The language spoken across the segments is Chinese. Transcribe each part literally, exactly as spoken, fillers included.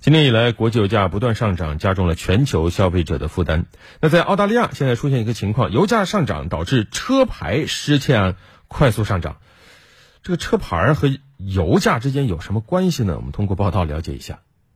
今年以来，国际油价不断上涨，加重了全球消费者的负担。那在澳大利亚，现在出现一个情况，油价上涨导致车牌失窃案快速上涨。这个车牌和油价之间有什么关系呢？我们通过报道了解一下。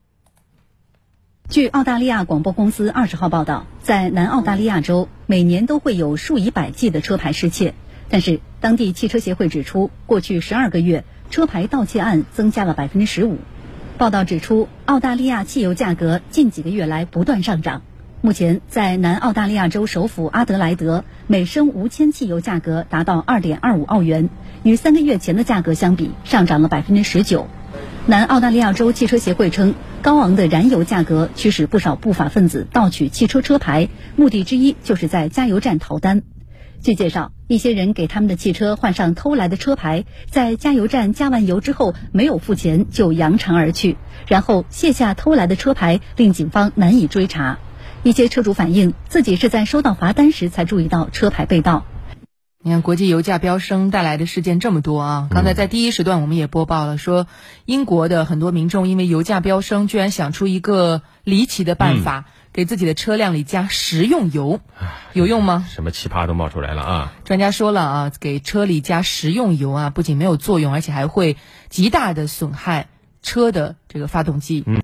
据澳大利亚广播公司二十号报道，在南澳大利亚州，每年都会有数以百计的车牌失窃。但是，当地汽车协会指出，过去十二个月，车牌盗窃案增加了百分之十五。报道指出，澳大利亚汽油价格近几个月来不断上涨。目前，在南澳大利亚州首府阿德莱德，每升无铅汽油价格达到 二点二五澳元，与三个月前的价格相比，上涨了百分之十九。南澳大利亚州汽车协会称，高昂的燃油价格驱使不少不法分子盗取汽车车牌，目的之一就是在加油站逃单。据介绍，一些人给他们的汽车换上偷来的车牌，在加油站加完油之后没有付钱就扬长而去，然后卸下偷来的车牌，令警方难以追查。一些车主反映，自己是在收到罚单时才注意到车牌被盗。 你看，国际油价飙升带来的事件这么多啊！刚才在第一时段我们也播报了，说英国的很多民众因为油价飙升，居然想出一个离奇的办法，嗯、给自己的车辆里加食用油，有用吗？ 什么奇葩都冒出来了啊！ 专家说了啊，给车里加食用油啊，不仅没有作用，而且还会极大的损害车的这个发动机。嗯